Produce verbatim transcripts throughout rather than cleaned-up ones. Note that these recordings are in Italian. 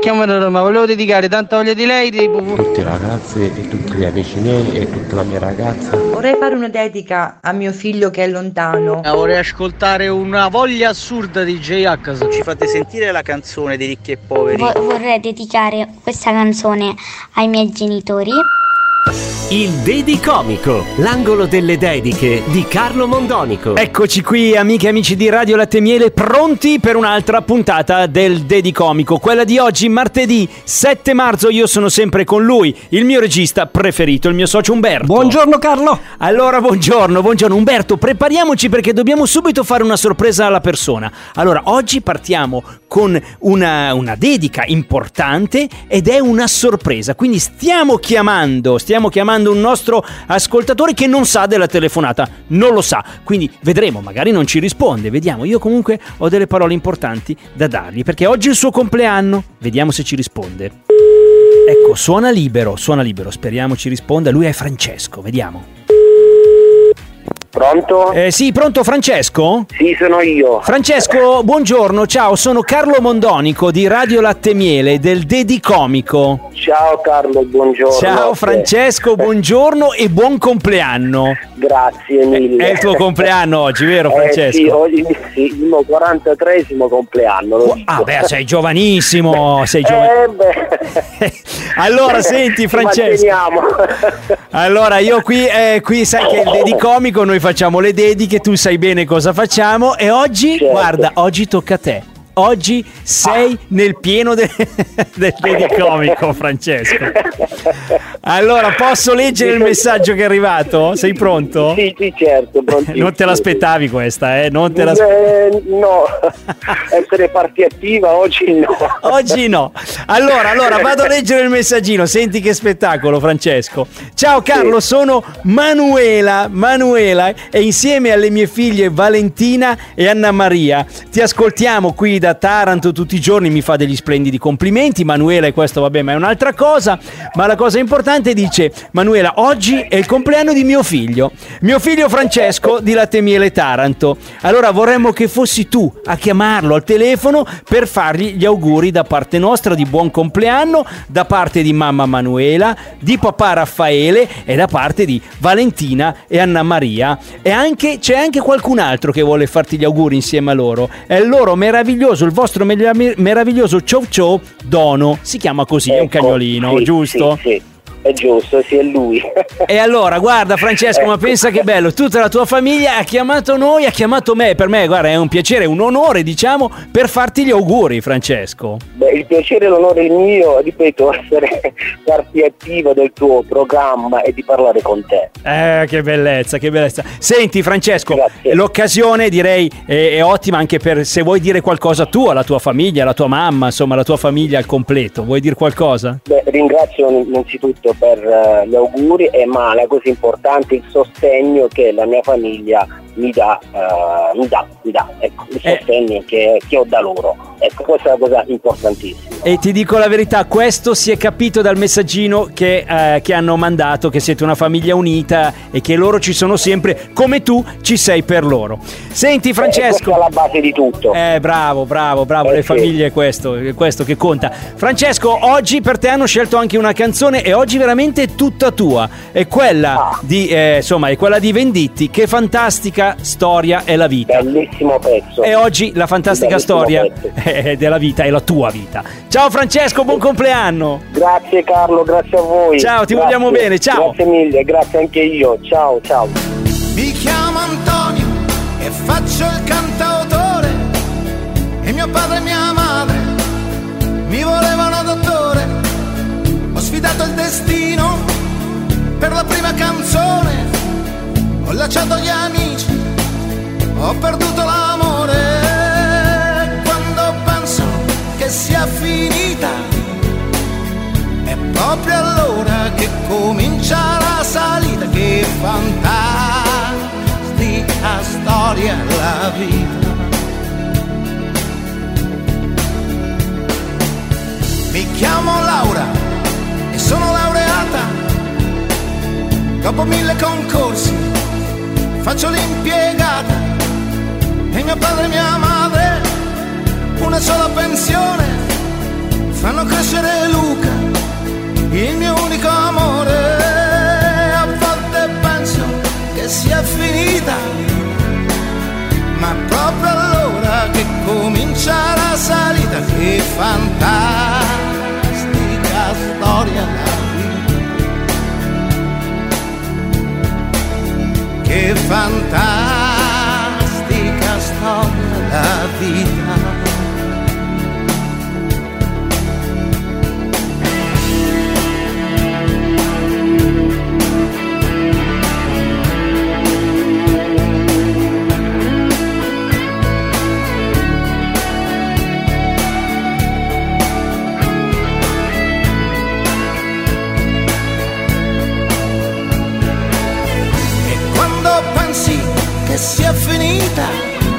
chiamare a Roma, volevo dedicare tanta voglia di lei di... tutti i ragazzi e tutti gli amici miei e tutta la mia ragazza. Vorrei fare una dedica a mio figlio che è lontano. Vorrei ascoltare una voglia assurda di J-H. Ci fate sentire la canzone dei ricchi e poveri? Vo- vorrei dedicare questa canzone ai miei genitori. Il Dedicomico, l'angolo delle dediche di Carlo Mondonico. Eccoci qui, amiche e amici di Radio Latte e Miele, pronti per un'altra puntata del Dedicomico. Quella di oggi, martedì sette marzo. Io sono sempre con lui, il mio regista preferito, il mio socio Umberto. Buongiorno Carlo. Allora, buongiorno, buongiorno Umberto, prepariamoci perché dobbiamo subito fare una sorpresa alla persona. Allora, oggi partiamo con una, una dedica importante ed è una sorpresa. Quindi stiamo chiamando, stiamo chiamando un nostro ascoltatore che non sa della telefonata, non lo sa, quindi vedremo, magari non ci risponde, vediamo. Io comunque ho delle parole importanti da dargli perché oggi è il suo compleanno, vediamo se ci risponde. Ecco, suona libero, suona libero, speriamo ci risponda. Lui è Francesco, vediamo. Pronto? Eh, sì, pronto Francesco? Sì, sono io. Francesco, buongiorno, ciao, sono Carlo Mondonico di Radio Latte e Miele del Dedicomico. Ciao Carlo, buongiorno. Ciao Francesco, buongiorno e buon compleanno. Grazie mille. È il tuo compleanno oggi, vero Francesco? Eh, sì, oggi sì, il mio quarantatreesimo compleanno. Lo ah beh, sei giovanissimo, sei giovanissimo. Eh, allora, senti Francesco. Allora, io qui, eh, qui sai che il Dedicomico noi facciamo le dediche, tu sai bene cosa facciamo e oggi, certo. Guarda, oggi tocca a te. Oggi sei ah. nel pieno de- del Dedicomico, Francesco. Allora, posso leggere il messaggio che è arrivato? Sei pronto? Sì, sì, certo. Prontissimo. Non te l'aspettavi questa, eh? Non te l'aspettavi. Eh, no, essere parti attiva oggi no. Oggi no. Allora, allora, vado a leggere il messaggino. Senti che spettacolo, Francesco. Ciao Carlo, sì. Sono Manuela, Manuela e insieme alle mie figlie Valentina e Anna Maria ti ascoltiamo qui da da Taranto tutti i giorni, mi fa degli splendidi complimenti Manuela, e questo vabbè ma è un'altra cosa, ma la cosa importante, dice Manuela, oggi è il compleanno di mio figlio mio figlio Francesco di Latte e Miele Taranto. Allora vorremmo che fossi tu a chiamarlo al telefono per fargli gli auguri da parte nostra di buon compleanno, da parte di mamma Manuela, di papà Raffaele e da parte di Valentina e Anna Maria, e anche c'è anche qualcun altro che vuole farti gli auguri insieme a loro. È il loro meraviglioso il vostro meraviglioso ciao ciao Dono, si chiama così, ecco, è un cagnolino, sì, giusto? Sì, sì, è giusto, sì, è lui. E allora, guarda Francesco, ecco. Ma pensa che bello, tutta la tua famiglia ha chiamato noi, ha chiamato me, per me, guarda, è un piacere, un onore, diciamo, per farti gli auguri, Francesco. Beh, il piacere e l'onore è il mio, ripeto, essere parte attiva del tuo programma e di parlare con te. Eh, che bellezza, che bellezza. Senti Francesco, grazie. L'occasione direi è, è ottima anche per se vuoi dire qualcosa tu alla tua famiglia, alla tua mamma, insomma, alla tua famiglia al completo. Vuoi dire qualcosa? Beh, ringrazio innanzitutto per uh, gli auguri, e ma la cosa importante è il sostegno che la mia famiglia mi dà, uh, mi dà, mi dà, ecco, il sostegno eh. che, che ho da loro. Ecco, questa è una cosa importantissima. E ti dico la verità, questo si è capito dal messaggino che, eh, che hanno mandato, che siete una famiglia unita e che loro ci sono sempre, come tu ci sei per loro. Senti Francesco, eh, questa è la base di tutto. Eh, bravo, bravo, bravo, eh, le sì. famiglie è questo, è questo che conta. Francesco, oggi per te hanno scelto anche una canzone, e oggi veramente è tutta tua. È quella ah. di, eh, insomma, è quella di Venditti, Che fantastica storia è la vita. Bellissimo pezzo. E oggi la fantastica Bellissimo storia pezzo. della vita è la tua vita. Ciao Francesco, buon compleanno. Grazie Carlo, grazie a voi. Ciao, ti grazie. vogliamo bene, ciao. Grazie mille, grazie anche io. Ciao, ciao. Mi chiamo Antonio e faccio il cantautore, e mio padre e mia madre mi volevano dottore. Ho sfidato il destino per la prima canzone, ho lasciato gli amici, ho perduto l'amore. Quando penso che sia finita, è proprio allora che comincia la salita. Che fantastica storia è la vita. Mi chiamo Laura e sono laureata, dopo mille concorsi faccio l'impiegata, e mio padre e mia madre una sola pensione, fanno fanno crescere Luca, il mio unico amore. A volte penso che sia finita, ma proprio allora che comincia la salita. Che fantastica storia la vita, che fantastica storia la vita. Che sia finita,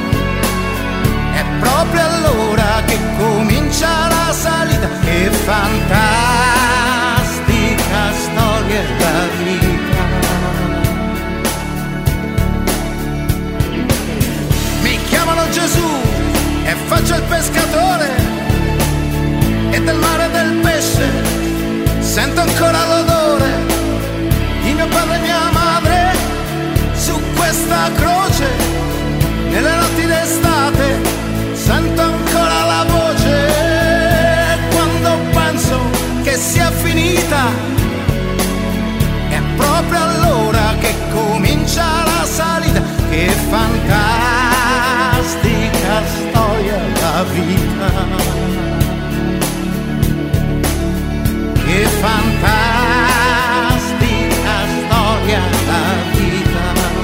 è proprio allora che comincia la salita. Che fantastica storia è la vita. Mi chiamano Gesù e faccio il pescatore, e del mare e del pesce sento ancora l'odore di mio padre e mia madre su questa croce. Nelle notti d'estate sento ancora la voce. Quando penso che sia finita, è proprio allora che comincia la salita. Che fantastica storia la vita, che fantastica storia la vita.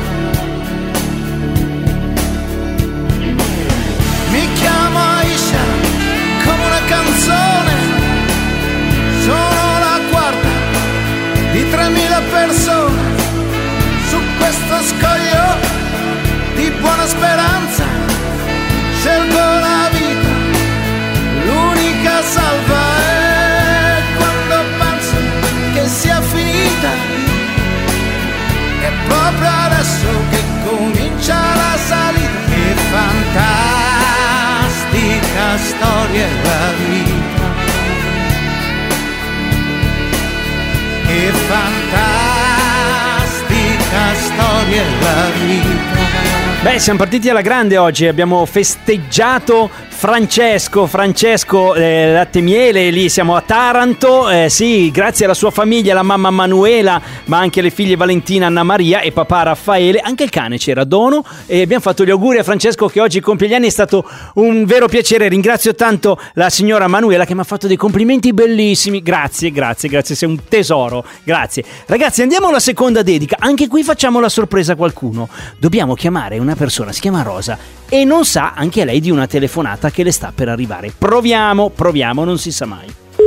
Mi chiamo Aisha come una canzone, sono la quarta di tremila persone su questo scoglio di buona speranza. Scelgo la vita, l'unica salva. E quando penso che sia finita, è proprio adesso che comincia la salita. Che fantastica storia è la vita, che fantastica storia è la vita. Beh, siamo partiti alla grande oggi, abbiamo festeggiato Francesco, Francesco eh, Latte Miele, lì siamo a Taranto, eh, sì, grazie alla sua famiglia, la mamma Manuela, ma anche le figlie Valentina, Anna Maria e papà Raffaele, anche il cane c'era, Dono, e abbiamo fatto gli auguri a Francesco che oggi compie gli anni. È stato un vero piacere, ringrazio tanto la signora Manuela che mi ha fatto dei complimenti bellissimi, grazie, grazie, grazie, sei un tesoro, grazie. Ragazzi, andiamo alla seconda dedica, anche qui facciamo la sorpresa a qualcuno, dobbiamo chiamare una persona, si chiama Rosa e non sa anche lei di una telefonata che le sta per arrivare. Proviamo, proviamo, non si sa mai.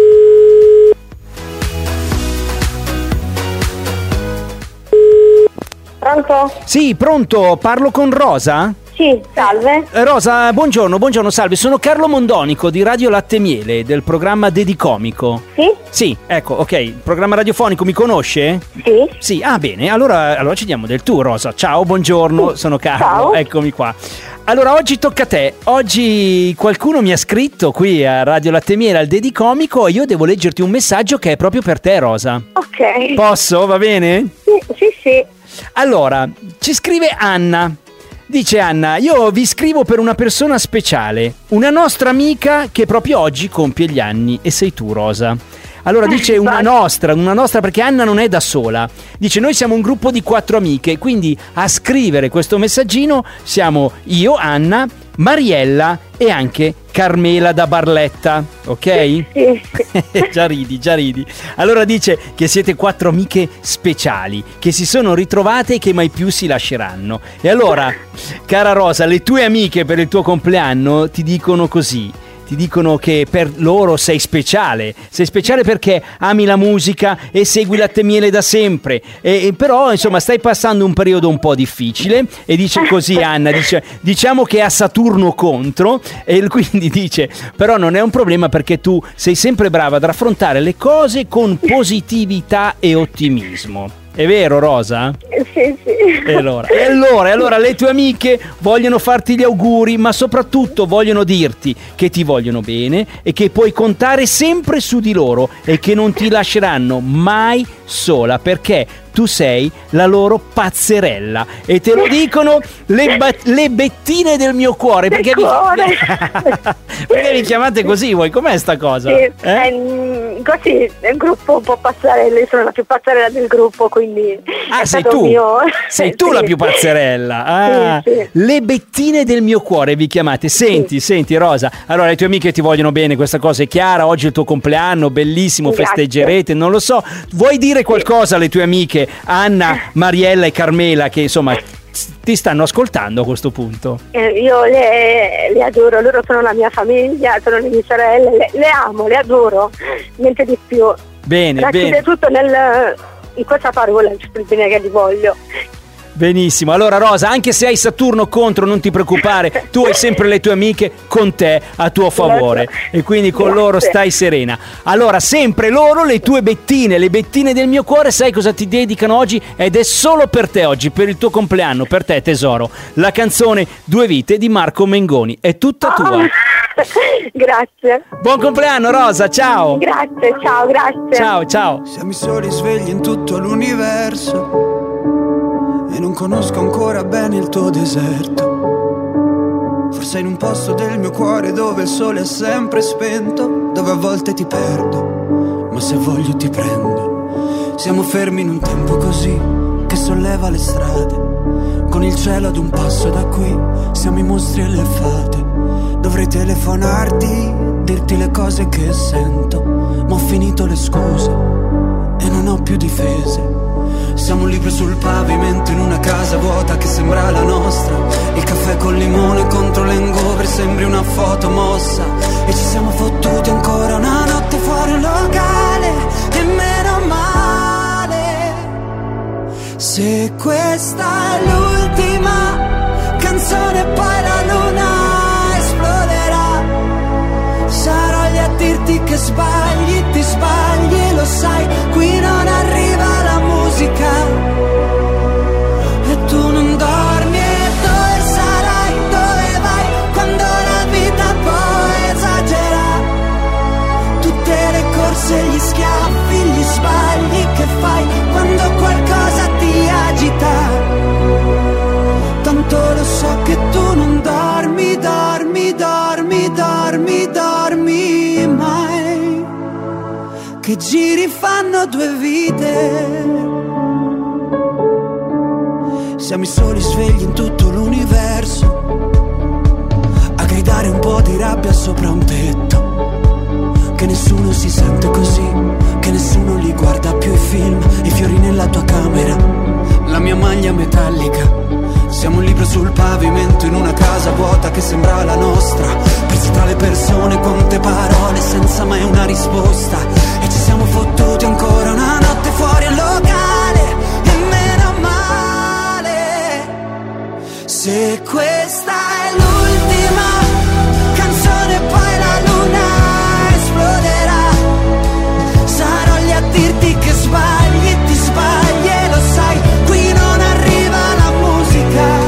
Pronto? Sì, pronto, parlo con Rosa? Sì, salve. Rosa, buongiorno, buongiorno, salve, sono Carlo Mondonico di Radio Latte Miele, del programma Dedicomico. Sì? Sì, ecco, ok, il programma radiofonico mi conosce? Sì. Sì, ah bene, allora, allora ci diamo del tu, Rosa. Ciao, buongiorno, sì. Sono Carlo, ciao. Eccomi qua. Allora, oggi tocca a te. Oggi qualcuno mi ha scritto qui a Radio Latte Miele al Dedicomico e io devo leggerti un messaggio che è proprio per te, Rosa. Ok. Posso? Va bene? Sì, sì, sì. Allora, ci scrive Anna. Dice Anna, io vi scrivo per una persona speciale, una nostra amica che proprio oggi compie gli anni e sei tu, Rosa. Allora dice una nostra, una nostra perché Anna non è da sola. Dice noi siamo un gruppo di quattro amiche, quindi a scrivere questo messaggino siamo io, Anna, Mariella e anche Carmela da Barletta, ok? Sì. Già ridi, già ridi. Allora dice che siete quattro amiche speciali, che si sono ritrovate e che mai più si lasceranno. E allora, cara Rosa, le tue amiche per il tuo compleanno ti dicono così. Ti dicono che per loro sei speciale, sei speciale perché ami la musica e segui Latte Miele da sempre, e, e però insomma stai passando un periodo un po' difficile e dice così Anna, dice, diciamo che ha Saturno contro e quindi dice però non è un problema perché tu sei sempre brava ad affrontare le cose con positività e ottimismo. È vero, Rosa? Sì, sì. E allora, e allora, e allora le tue amiche vogliono farti gli auguri, ma soprattutto vogliono dirti che ti vogliono bene e che puoi contare sempre su di loro e che non ti lasceranno mai sola, perché tu sei la loro pazzerella. E te lo dicono le, ba- le bettine del mio cuore. Perché vi... perché vi chiamate così voi? Com'è sta cosa? Sì, Eh? è, così, è un gruppo un po' pazzarella, io sono la più pazzarella del gruppo, quindi Ah, è sei stato tu? mio... Sei tu Sì. la più pazzerella. Ah, Sì, sì. le bettine del mio cuore vi chiamate. Senti, senti Rosa, allora le tue amiche ti vogliono bene, questa cosa è chiara. Oggi è il tuo compleanno, bellissimo, Grazie. festeggerete, non lo so. Vuoi dire qualcosa alle tue amiche Anna, Mariella e Carmela, che insomma ti stanno ascoltando a questo punto? Eh, io le, le adoro, loro sono la mia famiglia, sono le mie sorelle, le, le amo, le adoro, niente di più. Bene, Racchiude bene. tutto nel, in questa parola, il bene che li voglio. Benissimo, allora Rosa, anche se hai Saturno contro, non ti preoccupare, tu hai sempre le tue amiche con te a tuo favore e quindi con Grazie. loro stai serena. Allora, sempre loro, le tue bettine, le bettine del mio cuore, sai cosa ti dedicano oggi? Ed è solo per te oggi, per il tuo compleanno, per te tesoro, la canzone Due vite di Marco Mengoni, è tutta tua. Grazie. Buon compleanno Rosa, ciao. Grazie, ciao, grazie. Ciao, ciao. Siamo i soli svegli in tutto l'universo e non conosco ancora bene il tuo deserto. Forse in un posto del mio cuore dove il sole è sempre spento, dove a volte ti perdo, ma se voglio ti prendo. Siamo fermi in un tempo così che solleva le strade, con il cielo ad un passo da qui, siamo i mostri e le fate. Dovrei telefonarti, dirti le cose che sento, ma ho finito le scuse e non ho più difese. Siamo un libro sul pavimento in una casa vuota che sembra la nostra. Il caffè col limone contro l'hangover sembri una foto mossa. E ci siamo fottuti ancora una notte fuori un locale, e meno male. Se questa è l'ultima canzone poi la luna esploderà, sarò lì a dirti che sbagli, ti sbagli, lo sai, qui non arriva la musica e tu non dormi. E dove sarai, dove vai, quando la vita poi esagera, tutte le corse, gli schiaffi, gli sbagli che fai quando qualcosa ti agita. Tanto lo so che tu non dormi, dormi, dormi, dormi, dormi mai, che giri fanno due vite. Siamo i soli svegli in tutto l'universo, a gridare un po' di rabbia sopra un tetto, che nessuno si sente così, che nessuno li guarda più i film, i fiori nella tua camera, la mia maglia metallica. Siamo un libro sul pavimento in una casa vuota che sembra la nostra, persi tra le persone, quante parole senza mai una risposta. E ci siamo fottuti ancora una notte fuori al locale, e meno male. Se questa è l'ultima canzone poi la luna esploderà, sarò lì a dirti che sbagli, ti sbagli e lo sai, qui non arriva la musica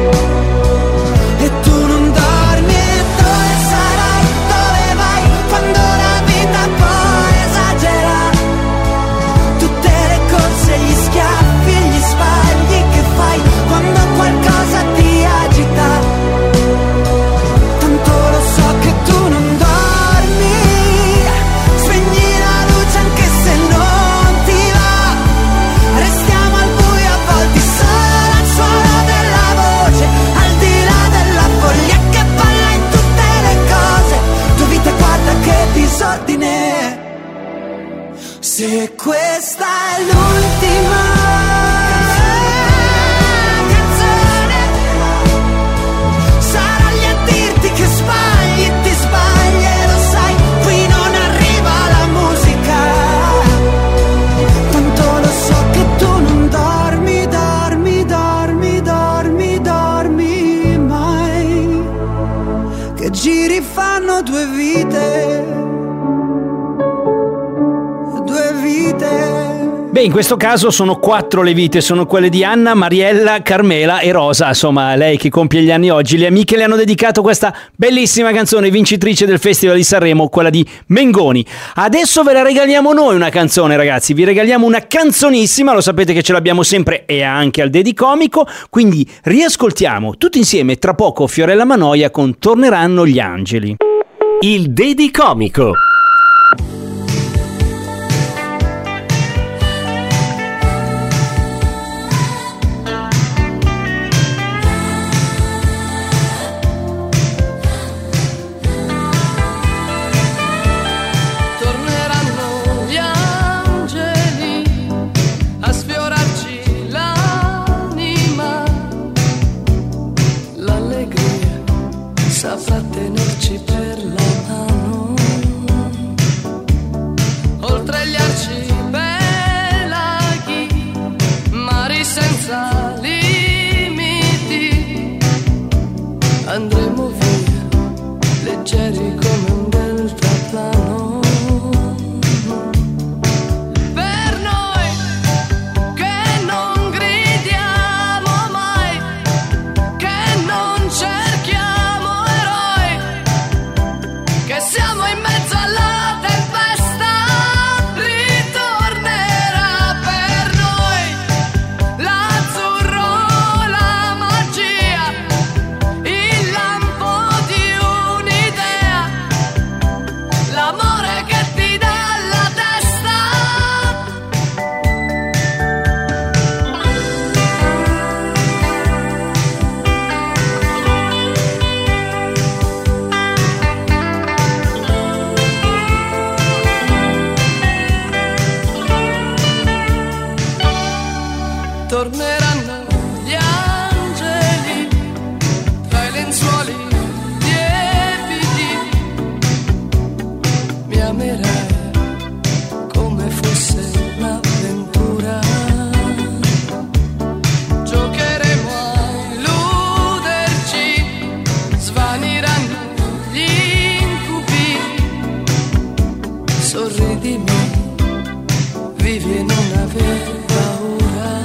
e tu non dormi. E dove sarai, dove vai, quando la vita poi esagera, tutte le corse, gli schiaffi e gli sbagli che fai quando qualcosa ti agita. Tanto lo so che tu non dormi, spegni la luce anche se non ti va, restiamo al buio a volte solo al suono della voce, al di là della foglia che balla in tutte le cose. Tua vita guarda che disordine, se questa è l'ultima canzone, sarò lì a dirti che sbagli, ti sbagli e lo sai, qui non arriva la musica. Tanto lo so che tu non dormi, dormi, dormi, dormi, dormi mai, che giri fanno due vite, due vite. Beh, in questo caso sono quattro le vite, sono quelle di Anna, Mariella, Carmela e Rosa, insomma lei che compie gli anni oggi. Le amiche le hanno dedicato questa bellissima canzone, vincitrice del Festival di Sanremo, quella di Mengoni. Adesso ve la regaliamo noi una canzone, ragazzi, vi regaliamo una canzonissima, lo sapete che ce l'abbiamo sempre e anche al Dedicomico, quindi riascoltiamo tutti insieme tra poco Fiorella Mannoia con Torneranno gli angeli. Il Dedicomico. Saprà tenerci per la mano oltre gli arcipelaghi, mari senza limiti. Andremo via leggeri come un deltaplano. Per noi che non gridiamo mai, che non cerchiamo, che siamo in mezzo alla tempesta, ritornerà per noi l'azzurro, la magia, il lampo di un'idea, l'amore che ti dà la testa. Torneranno gli angeli tra i lenzuoli lieviti, mi amerai come fosse un'avventura, giocheremo a illuderci, svaniranno gli incubi, sorridimi, vivi e non aver paura.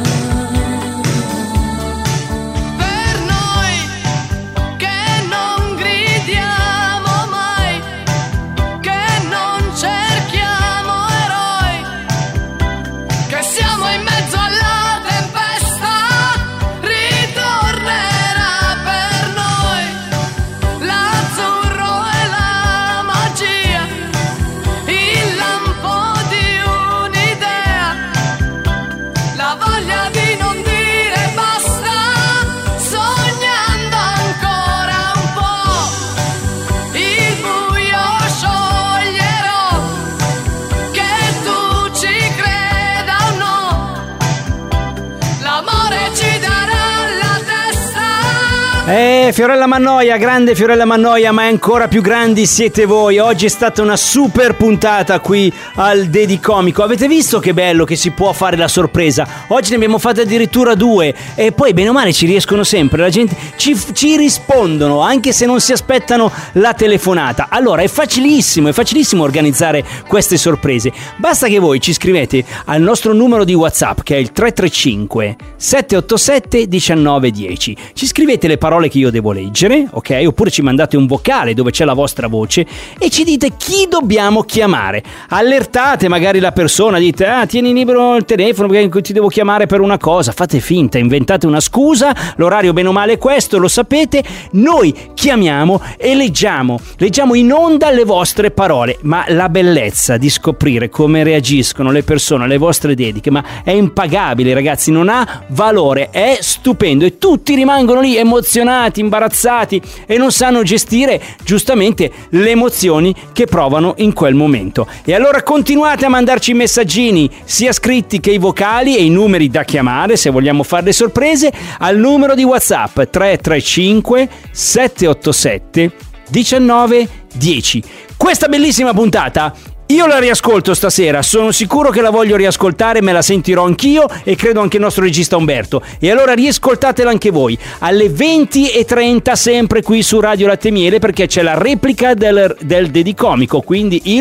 Eh, Fiorella Mannoia, grande Fiorella Mannoia, ma ancora più grandi siete voi. Oggi è stata una super puntata qui al Dedicomico. Avete visto che bello che si può fare la sorpresa? Oggi ne abbiamo fatte addirittura due e poi bene o male ci riescono sempre. La gente ci, ci rispondono anche se non si aspettano la telefonata. Allora è facilissimo, è facilissimo organizzare queste sorprese. Basta che voi ci scrivete al nostro numero di WhatsApp che è il tre tre cinque sette otto sette uno nove uno zero. Ci scrivete le parole che io devo leggere, ok? Oppure ci mandate un vocale dove c'è la vostra voce e ci dite chi dobbiamo chiamare. Allertate magari la persona, dite ah tieni libero il telefono perché ti devo chiamare per una cosa, fate finta, inventate una scusa, l'orario bene o male è questo, lo sapete, noi chiamiamo e leggiamo, leggiamo in onda le vostre parole, ma la bellezza di scoprire come reagiscono le persone alle vostre dediche, ma è impagabile ragazzi, non ha valore, è stupendo e tutti rimangono lì emozionati, imbarazzati e non sanno gestire giustamente le emozioni che provano in quel momento. E allora continuate a mandarci i messaggini sia scritti che i vocali e i numeri da chiamare se vogliamo fare le sorprese al numero di WhatsApp tre tre cinque sette otto sette uno nove uno zero. Questa bellissima puntata io la riascolto stasera, sono sicuro che la voglio riascoltare, me la sentirò anch'io e credo anche il nostro regista Umberto. E allora riascoltatela anche voi alle venti e trenta sempre qui su Radio Latte e Miele, perché c'è la replica del, del Dedicomico, quindi il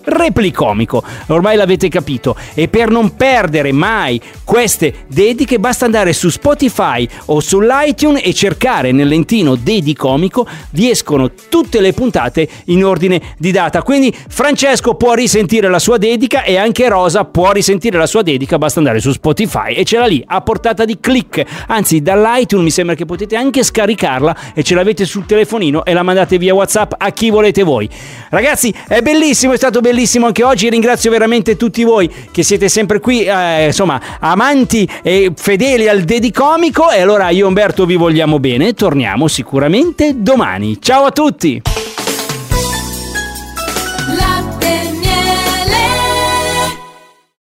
Replicomico. Ormai l'avete capito. E per non perdere mai queste dediche basta andare su Spotify o sull'iTunes e cercare nel lentino Dedicomico, vi escono tutte le puntate in ordine di data. Quindi Francesco può risentire la sua dedica e anche Rosa può risentire la sua dedica, basta andare su Spotify e ce l'ha lì a portata di click. Anzi, dall'iTunes mi sembra che potete anche scaricarla e ce l'avete sul telefonino e la mandate via WhatsApp a chi volete voi. Ragazzi, è bellissimo, è stato bellissimo anche oggi. Ringrazio veramente tutti voi che siete sempre qui, eh, insomma, amanti e fedeli al Dedicomico. E allora io e Umberto vi vogliamo bene, torniamo sicuramente domani. Ciao a tutti!